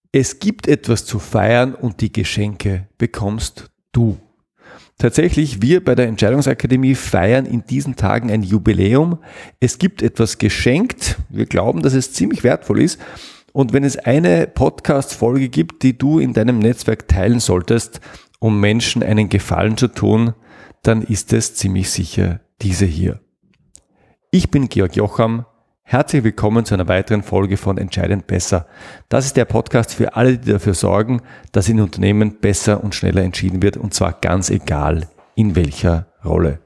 Es gibt etwas zu feiern und die Geschenke bekommst du. Tatsächlich, wir bei der Entscheidungsakademie feiern in diesen Tagen ein Jubiläum. Es gibt etwas geschenkt. Wir glauben, dass es ziemlich wertvoll ist. Und wenn es eine Podcast-Folge gibt, die du in deinem Netzwerk teilen solltest, um Menschen einen Gefallen zu tun, dann ist es ziemlich sicher diese hier. Ich bin Georg Jocham. Herzlich willkommen zu einer weiteren Folge von Entscheidend Besser. Das ist der Podcast für alle, die dafür sorgen, dass in Unternehmen besser und schneller entschieden wird, und zwar ganz egal in welcher Rolle.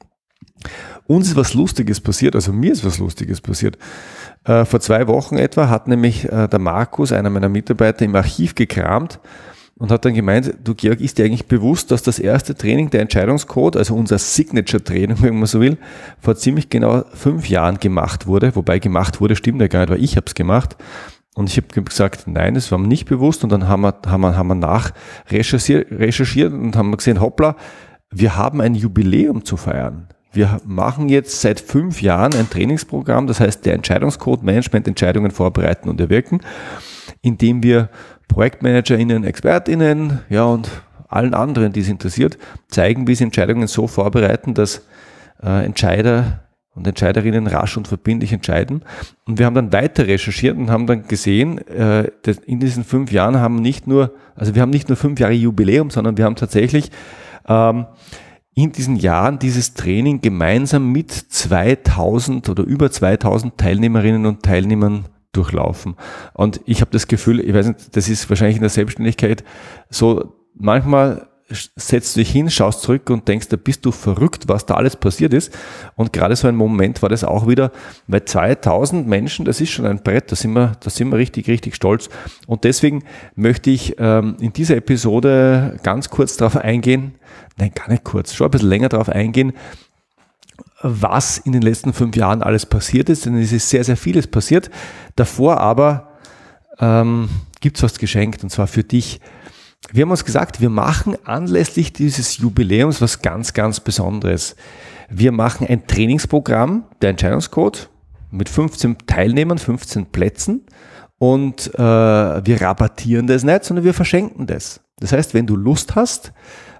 Uns ist was Lustiges passiert, also mir ist was Lustiges passiert. Vor 2 Wochen etwa hat nämlich der Markus, einer meiner Mitarbeiter, im Archiv gekramt und hat dann gemeint, du Georg, ist dir eigentlich bewusst, dass das erste Training der Entscheidungscode, also unser Signature-Training, wenn man so will, vor ziemlich genau 5 Jahren gemacht wurde, wobei gemacht wurde, stimmt ja gar nicht, weil ich habe es gemacht. Und ich habe gesagt, nein, das war mir nicht bewusst. Und dann haben wir nachrecherchiert und haben gesehen, hoppla, wir haben ein Jubiläum zu feiern. Wir machen jetzt seit 5 Jahren ein Trainingsprogramm, das heißt der Entscheidungscode Management, Entscheidungen vorbereiten und erwirken, in dem wir ProjektmanagerInnen, ExpertInnen, ja, und allen anderen, die es interessiert, zeigen, wie sie Entscheidungen so vorbereiten, dass Entscheider und Entscheiderinnen rasch und verbindlich entscheiden. Und wir haben dann weiter recherchiert und haben dann gesehen, dass in diesen 5 Jahren wir haben nicht nur 5 Jahre Jubiläum, sondern wir haben tatsächlich in diesen Jahren dieses Training gemeinsam mit 2000 oder über 2000 Teilnehmerinnen und Teilnehmern durchlaufen. Und ich habe das Gefühl, ich weiß nicht, das ist wahrscheinlich in der Selbstständigkeit so, manchmal setzt du dich hin, schaust zurück und denkst, da bist du verrückt, was da alles passiert ist. Und gerade so ein Moment war das auch wieder, weil 2000 Menschen, das ist schon ein Brett, da sind wir richtig, richtig stolz. Und deswegen möchte ich in dieser Episode ganz kurz darauf eingehen, nein, gar nicht kurz, schon ein bisschen länger darauf eingehen, was in den letzten 5 Jahren alles passiert ist, denn es ist sehr, sehr vieles passiert. Davor aber gibt es was geschenkt, und zwar für dich. Wir haben uns gesagt, wir machen anlässlich dieses Jubiläums was ganz, ganz Besonderes. Wir machen ein Trainingsprogramm, der Entscheidungscode, mit 15 Teilnehmern, 15 Plätzen, und wir rabattieren das nicht, sondern wir verschenken das. Das heißt, wenn du Lust hast,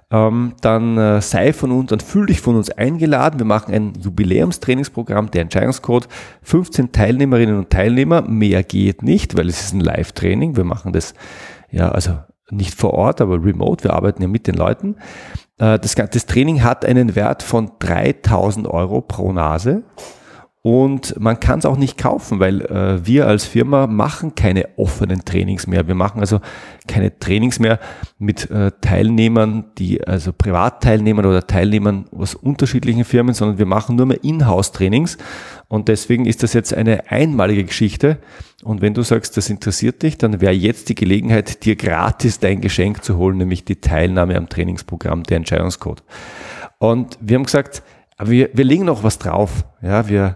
dann fühl dich von uns eingeladen. Wir machen ein Jubiläumstrainingsprogramm, der Entscheidungscode, 15 Teilnehmerinnen und Teilnehmer, mehr geht nicht, weil es ist ein Live-Training. Wir machen das, ja, also nicht vor Ort, aber remote. Wir arbeiten ja mit den Leuten. Das Training hat einen Wert von 3.000 Euro pro Nase. Und man kann es auch nicht kaufen, weil wir als Firma machen keine offenen Trainings mehr. Wir machen also keine Trainings mehr mit Teilnehmern, also Privatteilnehmern oder Teilnehmern aus unterschiedlichen Firmen, sondern wir machen nur mehr Inhouse-Trainings. Und deswegen ist das jetzt eine einmalige Geschichte. Und wenn du sagst, das interessiert dich, dann wäre jetzt die Gelegenheit, dir gratis dein Geschenk zu holen, nämlich die Teilnahme am Trainingsprogramm der Entscheidungscode. Und wir haben gesagt, aber wir legen noch was drauf. Ja, wir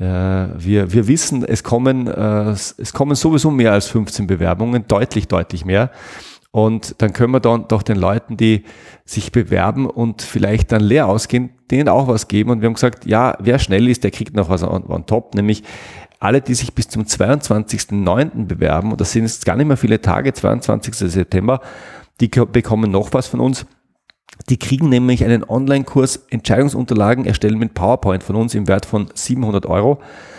wissen, es kommen sowieso mehr als 15 Bewerbungen, deutlich, deutlich mehr. Und dann können wir dann doch den Leuten, die sich bewerben und vielleicht dann leer ausgehen, denen auch was geben. Und wir haben gesagt, ja, wer schnell ist, der kriegt noch was on top, nämlich alle, die sich bis zum 22.09. bewerben, und das sind jetzt gar nicht mehr viele Tage, 22. September, die bekommen noch was von uns. Die kriegen nämlich einen Online-Kurs Entscheidungsunterlagen erstellen mit PowerPoint von uns im Wert von 700 Euro.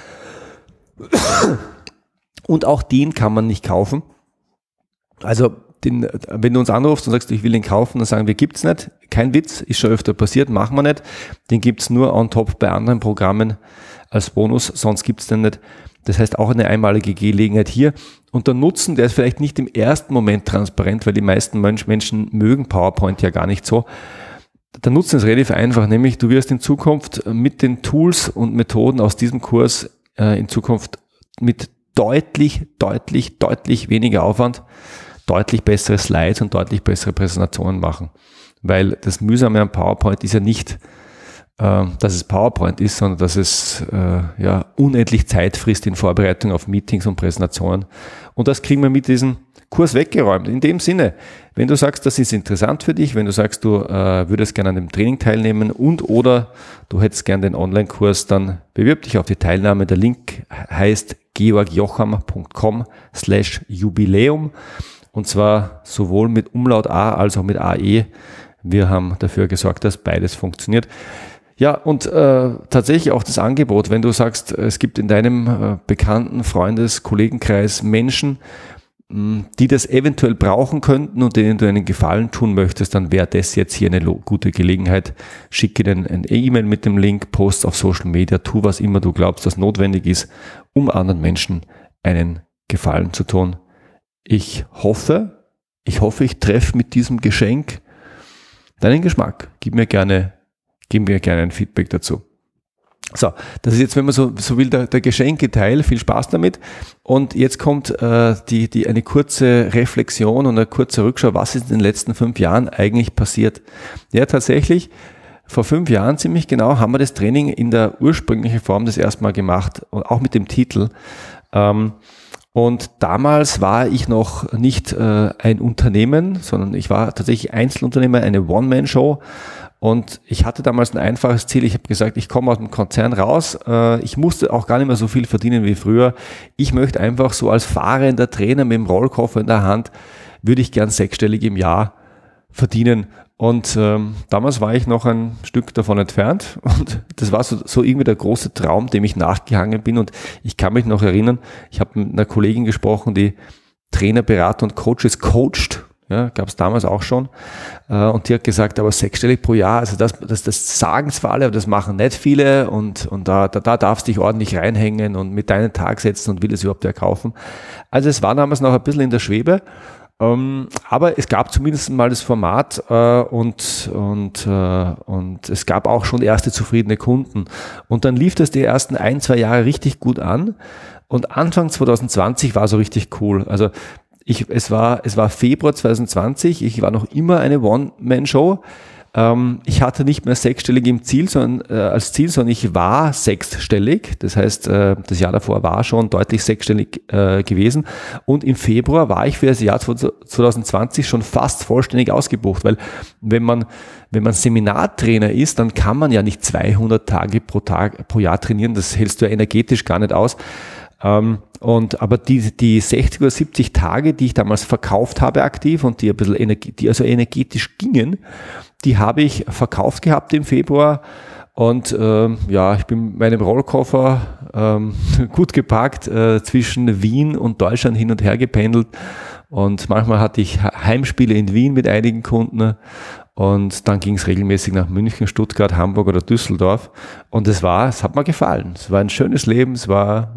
Und auch den kann man nicht kaufen. Also wenn du uns anrufst und sagst, ich will den kaufen, dann sagen wir, gibt's nicht. Kein Witz, ist schon öfter passiert, machen wir nicht. Den gibt's nur on top bei anderen Programmen als Bonus, sonst gibt's den nicht. Das heißt auch eine einmalige Gelegenheit hier. Und der Nutzen, der ist vielleicht nicht im ersten Moment transparent, weil die meisten Menschen mögen PowerPoint ja gar nicht so. Der Nutzen ist relativ einfach, nämlich du wirst in Zukunft mit den Tools und Methoden aus diesem Kurs in Zukunft mit deutlich weniger Aufwand deutlich bessere Slides und deutlich bessere Präsentationen machen. Weil das Mühsame am PowerPoint ist ja nicht, dass es PowerPoint ist, sondern dass es unendlich Zeit frisst in Vorbereitung auf Meetings und Präsentationen. Und das kriegen wir mit diesem Kurs weggeräumt. In dem Sinne, wenn du sagst, das ist interessant für dich, wenn du sagst, du würdest gerne an dem Training teilnehmen oder du hättest gerne den Online-Kurs, dann bewirb dich auf die Teilnahme. Der Link heißt georgjocham.com/Jubiläum und zwar sowohl mit Umlaut A als auch mit AE. Wir haben dafür gesorgt, dass beides funktioniert. Ja, und tatsächlich auch das Angebot, wenn du sagst, es gibt in deinem bekannten Freundes-, Kollegenkreis Menschen, die das eventuell brauchen könnten und denen du einen Gefallen tun möchtest, dann wäre das jetzt hier eine gute Gelegenheit. Schicke ihnen ein E-Mail mit dem Link, post auf Social Media, tu was immer du glaubst, was notwendig ist, um anderen Menschen einen Gefallen zu tun. Ich hoffe, ich treffe mit diesem Geschenk deinen Geschmack. Gib mir gerne ein Feedback dazu. So, das ist jetzt, wenn man so will, der Geschenketeil. Viel Spaß damit. Und jetzt kommt eine kurze Reflexion und eine kurze Rückschau. Was ist in den letzten 5 Jahren eigentlich passiert? Ja, tatsächlich, vor 5 Jahren ziemlich genau haben wir das Training in der ursprünglichen Form das erste Mal gemacht und auch mit dem Titel. Und damals war ich noch nicht ein Unternehmen, sondern ich war tatsächlich Einzelunternehmer, eine One-Man-Show. Und ich hatte damals ein einfaches Ziel. Ich habe gesagt, ich komme aus dem Konzern raus. Ich musste auch gar nicht mehr so viel verdienen wie früher. Ich möchte einfach so als fahrender Trainer mit dem Rollkoffer in der Hand, würde ich gern 6-stellig im Jahr verdienen. Und damals war ich noch ein Stück davon entfernt. Und das war so irgendwie der große Traum, dem ich nachgehangen bin. Und ich kann mich noch erinnern, ich habe mit einer Kollegin gesprochen, die Trainer, Berater und Coaches coacht. Ja, gab es damals auch schon. Und die hat gesagt, aber 6-stellig pro Jahr, also das sagen zwar alle, aber das machen nicht viele und da darfst du dich ordentlich reinhängen und mit deinen Tag setzen und will es überhaupt kaufen. Also es war damals noch ein bisschen in der Schwebe, aber es gab zumindest mal das Format und es gab auch schon erste zufriedene Kunden. Und dann lief das die ersten 1-2 Jahre richtig gut an und Anfang 2020 war so richtig cool. Also es war Februar 2020, ich war noch immer eine One-Man-Show. Ich hatte nicht mehr 6-stellig als Ziel, sondern ich war 6-stellig. Das heißt, das Jahr davor war schon deutlich 6-stellig gewesen. Und im Februar war ich für das Jahr 2020 schon fast vollständig ausgebucht, weil wenn man Seminartrainer ist, dann kann man ja nicht 200 Tage pro Jahr trainieren. Das hältst du ja energetisch gar nicht aus. Aber die 60 oder 70 Tage, die ich damals verkauft habe aktiv und die ein bisschen energetisch gingen, die habe ich verkauft gehabt im Februar und ich bin mit meinem Rollkoffer gut geparkt zwischen Wien und Deutschland hin und her gependelt und manchmal hatte ich Heimspiele in Wien mit einigen Kunden. Und dann ging es regelmäßig nach München, Stuttgart, Hamburg oder Düsseldorf. Und es hat mir gefallen. Es war ein schönes Leben. Ich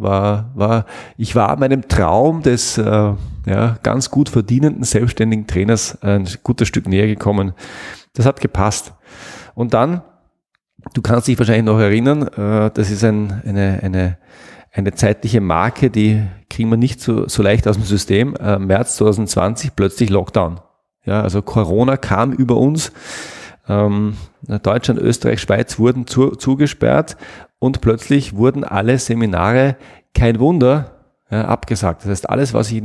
war meinem Traum des ganz gut verdienenden selbstständigen Trainers ein gutes Stück näher gekommen. Das hat gepasst. Und dann, du kannst dich wahrscheinlich noch erinnern, das ist eine zeitliche Marke, die kriegen wir nicht so leicht aus dem System. März 2020 plötzlich Lockdown. Ja, also Corona kam über uns. Deutschland, Österreich, Schweiz wurden zugesperrt und plötzlich wurden alle Seminare, kein Wunder, abgesagt. Das heißt, alles, was in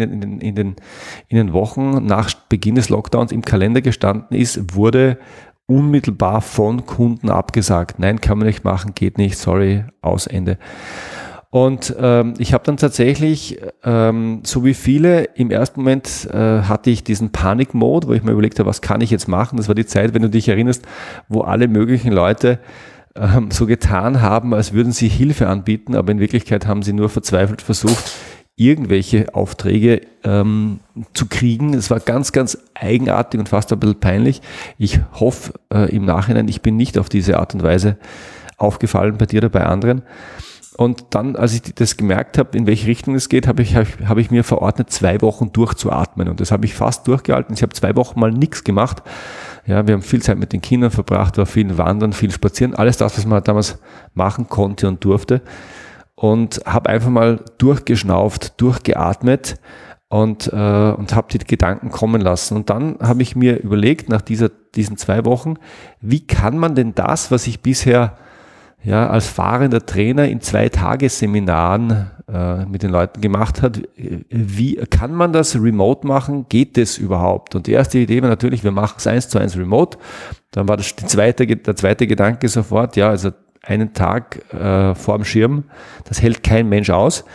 den Wochen nach Beginn des Lockdowns im Kalender gestanden ist, wurde unmittelbar von Kunden abgesagt. Nein, kann man nicht machen, geht nicht, sorry, aus, Ende. Und ich habe dann tatsächlich, so wie viele, im ersten Moment hatte ich diesen Panik-Mode, wo ich mir überlegt habe, was kann ich jetzt machen? Das war die Zeit, wenn du dich erinnerst, wo alle möglichen Leute so getan haben, als würden sie Hilfe anbieten, aber in Wirklichkeit haben sie nur verzweifelt versucht, irgendwelche Aufträge zu kriegen. Es war ganz, ganz eigenartig und fast ein bisschen peinlich. Ich hoffe im Nachhinein, ich bin nicht auf diese Art und Weise aufgefallen bei dir oder bei anderen. Und dann, als ich das gemerkt habe, in welche Richtung es geht, habe ich mir verordnet, 2 Wochen durchzuatmen. Und das habe ich fast durchgehalten. Ich habe 2 Wochen mal nichts gemacht. Ja, wir haben viel Zeit mit den Kindern verbracht, war viel Wandern, viel Spazieren. Alles das, was man halt damals machen konnte und durfte. Und habe einfach mal durchgeschnauft, durchgeatmet und habe die Gedanken kommen lassen. Und dann habe ich mir überlegt, nach diesen 2 Wochen, wie kann man denn das, was ich bisher als fahrender Trainer in 2 Tagesseminaren mit den Leuten gemacht hat, wie kann man das remote machen? Geht das überhaupt? Und die erste Idee war natürlich, wir machen es 1:1 remote. Dann war der zweite Gedanke sofort, also einen Tag vor dem Schirm, das hält kein Mensch aus.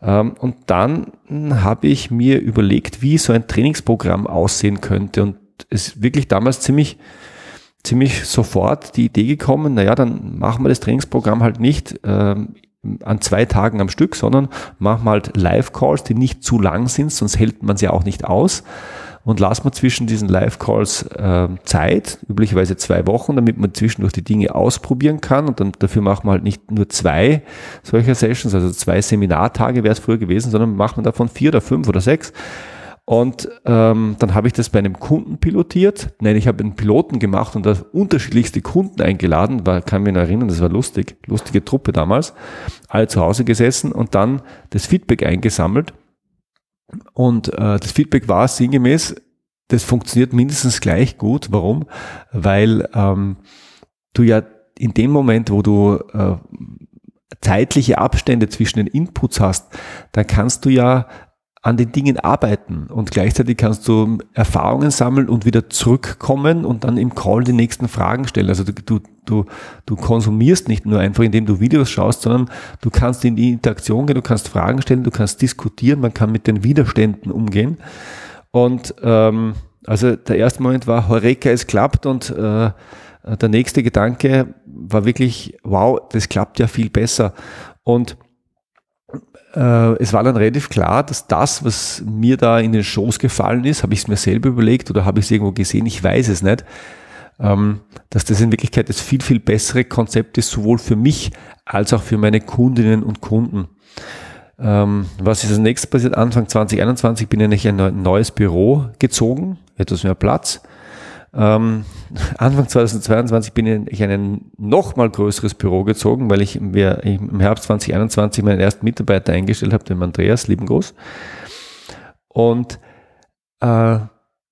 Und dann habe ich mir überlegt, wie so ein Trainingsprogramm aussehen könnte, und es ist wirklich damals ziemlich sofort die Idee gekommen, naja, dann machen wir das Trainingsprogramm halt nicht an 2 Tagen am Stück, sondern machen wir halt Live-Calls, die nicht zu lang sind, sonst hält man sie auch nicht aus, und lassen wir zwischen diesen Live-Calls Zeit, üblicherweise 2 Wochen, damit man zwischendurch die Dinge ausprobieren kann, und dann dafür machen wir halt nicht nur 2 solcher Sessions, also 2 Seminartage wäre es früher gewesen, sondern machen wir davon 4 oder 5 oder 6. Und dann habe ich das bei einem Kunden pilotiert. Nein, ich habe einen Piloten gemacht und da unterschiedlichste Kunden eingeladen. Kann mich noch erinnern, das war lustige Truppe damals. Alle zu Hause gesessen und dann das Feedback eingesammelt. Und das Feedback war sinngemäß, das funktioniert mindestens gleich gut. Warum? Weil du ja in dem Moment, wo du zeitliche Abstände zwischen den Inputs hast, dann kannst du ja an den Dingen arbeiten und gleichzeitig kannst du Erfahrungen sammeln und wieder zurückkommen und dann im Call die nächsten Fragen stellen. Also du konsumierst nicht nur einfach, indem du Videos schaust, sondern du kannst in die Interaktion gehen, du kannst Fragen stellen, du kannst diskutieren, man kann mit den Widerständen umgehen. Und also der erste Moment war, Heureka, es klappt, und der nächste Gedanke war wirklich, wow, das klappt ja viel besser. Und es war dann relativ klar, dass das, was mir da in den Schoß gefallen ist, habe ich es mir selber überlegt oder habe ich es irgendwo gesehen, ich weiß es nicht, dass das in Wirklichkeit das viel, viel bessere Konzept ist, sowohl für mich als auch für meine Kundinnen und Kunden. Was ist als nächstes passiert? Anfang 2021 bin ich in ein neues Büro gezogen, etwas mehr Platz. Anfang 2022 bin ich in ein noch mal größeres Büro gezogen, weil ich im Herbst 2021 meinen ersten Mitarbeiter eingestellt habe, den Andreas, lieben Gruß. Und dann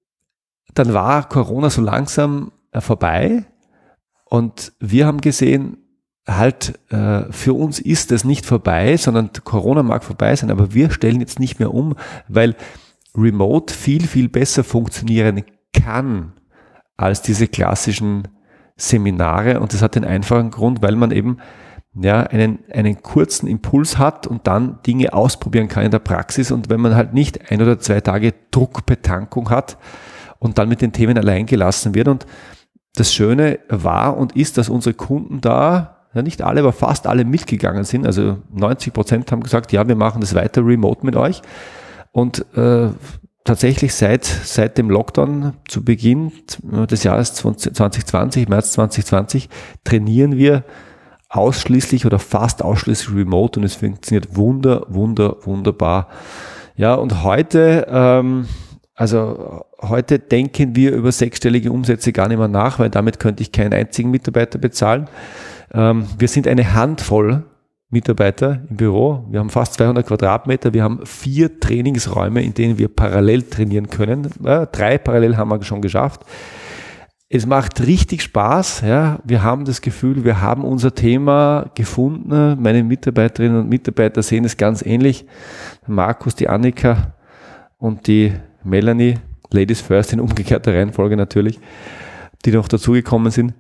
war Corona so langsam vorbei und wir haben gesehen, halt für uns ist es nicht vorbei, sondern Corona mag vorbei sein, aber wir stellen jetzt nicht mehr um, weil Remote viel, viel besser funktionieren kann als diese klassischen Seminare, und das hat den einfachen Grund, weil man eben einen kurzen Impuls hat und dann Dinge ausprobieren kann in der Praxis, und wenn man halt nicht 1 oder 2 Tage Druckbetankung hat und dann mit den Themen allein gelassen wird. Und das Schöne war und ist, dass unsere Kunden da, nicht alle, aber fast alle mitgegangen sind, also 90% haben gesagt, ja, wir machen das weiter remote mit euch, und tatsächlich seit dem Lockdown zu Beginn des Jahres 2020, März 2020, trainieren wir ausschließlich oder fast ausschließlich remote, und es funktioniert wunderbar. Ja, und heute, heute denken wir über 6-stellige Umsätze gar nicht mehr nach, weil damit könnte ich keinen einzigen Mitarbeiter bezahlen. Wir sind eine Handvoll Mitarbeiter im Büro. Wir haben fast 200 Quadratmeter. Wir haben 4 Trainingsräume, in denen wir parallel trainieren können. 3 parallel haben wir schon geschafft. Es macht richtig Spaß. Ja. Wir haben das Gefühl, wir haben unser Thema gefunden. Meine Mitarbeiterinnen und Mitarbeiter sehen es ganz ähnlich. Markus, die Annika und die Melanie, Ladies First in umgekehrter Reihenfolge natürlich, die noch dazugekommen sind.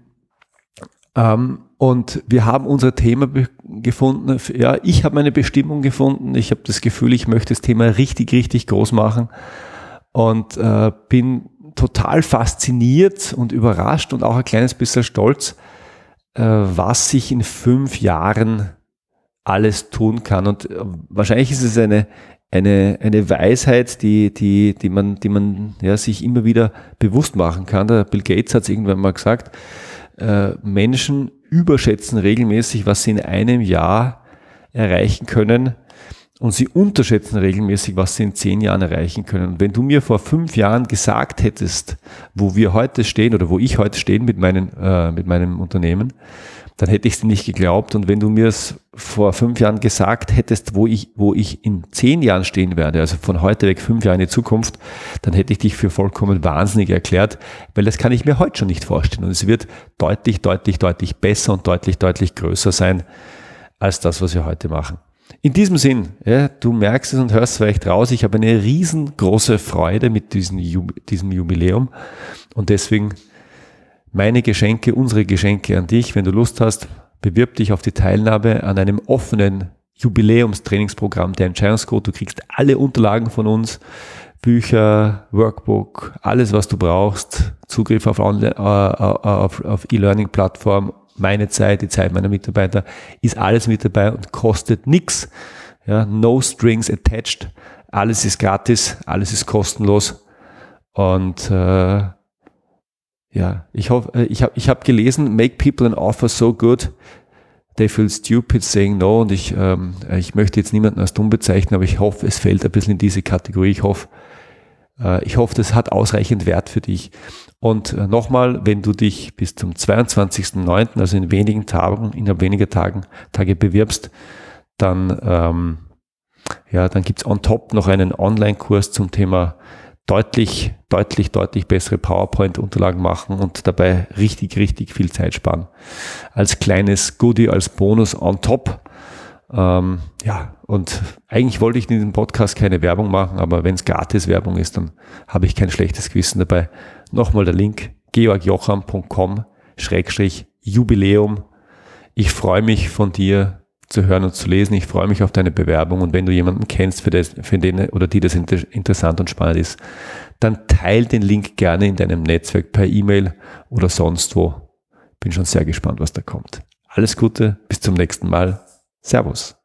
Und wir haben unser Thema gefunden. Ja, ich habe meine Bestimmung gefunden. Ich habe das Gefühl, ich möchte das Thema richtig, richtig groß machen, und bin total fasziniert und überrascht und auch ein kleines bisschen stolz, was sich in 5 Jahren alles tun kann. Und wahrscheinlich ist es eine Weisheit, die man sich immer wieder bewusst machen kann. Der Bill Gates hat es irgendwann mal gesagt, Menschen überschätzen regelmäßig, was sie in einem Jahr erreichen können, und sie unterschätzen regelmäßig, was sie in 10 Jahren erreichen können. Und wenn du mir vor 5 Jahren gesagt hättest, wo wir heute stehen oder wo ich heute stehe mit meinem Unternehmen, dann hätte ich es nicht geglaubt. Und wenn du mir es vor 5 Jahren gesagt hättest, wo ich in 10 Jahren stehen werde, also von heute weg 5 Jahre in die Zukunft, dann hätte ich dich für vollkommen wahnsinnig erklärt, weil das kann ich mir heute schon nicht vorstellen. Und es wird deutlich besser und deutlich größer sein als das, was wir heute machen. In diesem Sinn, ja, du merkst es und hörst es vielleicht raus, ich habe eine riesengroße Freude mit diesem Jubiläum, und deswegen unsere Geschenke an dich. Wenn du Lust hast, bewirb dich auf die Teilnahme an einem offenen Jubiläumstrainingsprogramm, der Entscheidungscode. Du kriegst alle Unterlagen von uns, Bücher, Workbook, alles, was du brauchst, Zugriff auf E-Learning-Plattform, meine Zeit, die Zeit meiner Mitarbeiter, ist alles mit dabei und kostet nichts. Ja, no strings attached, alles ist gratis, alles ist kostenlos. Und ich hoffe, ich habe gelesen, make people an offer so good, they feel stupid saying no. Und ich möchte jetzt niemanden als dumm bezeichnen, aber ich hoffe, es fällt ein bisschen in diese Kategorie. Ich hoffe, das hat ausreichend Wert für dich. Und nochmal, wenn du dich bis zum 22.09., also in wenigen Tagen, innerhalb weniger Tage bewirbst, dann gibt's on top noch einen Online-Kurs zum Thema deutlich bessere PowerPoint-Unterlagen machen und dabei richtig viel Zeit sparen. Als kleines Goodie, als Bonus on top. Und eigentlich wollte ich in diesem Podcast keine Werbung machen, aber wenn es Gratis-Werbung ist, dann habe ich kein schlechtes Gewissen dabei. Nochmal der Link, georgjocham.com/Jubiläum. Ich freue mich, von dir zu hören und zu lesen. Ich freue mich auf deine Bewerbung, und wenn du jemanden kennst, für den oder die das interessant und spannend ist, dann teil den Link gerne in deinem Netzwerk per E-Mail oder sonst wo. Bin schon sehr gespannt, was da kommt. Alles Gute, bis zum nächsten Mal. Servus.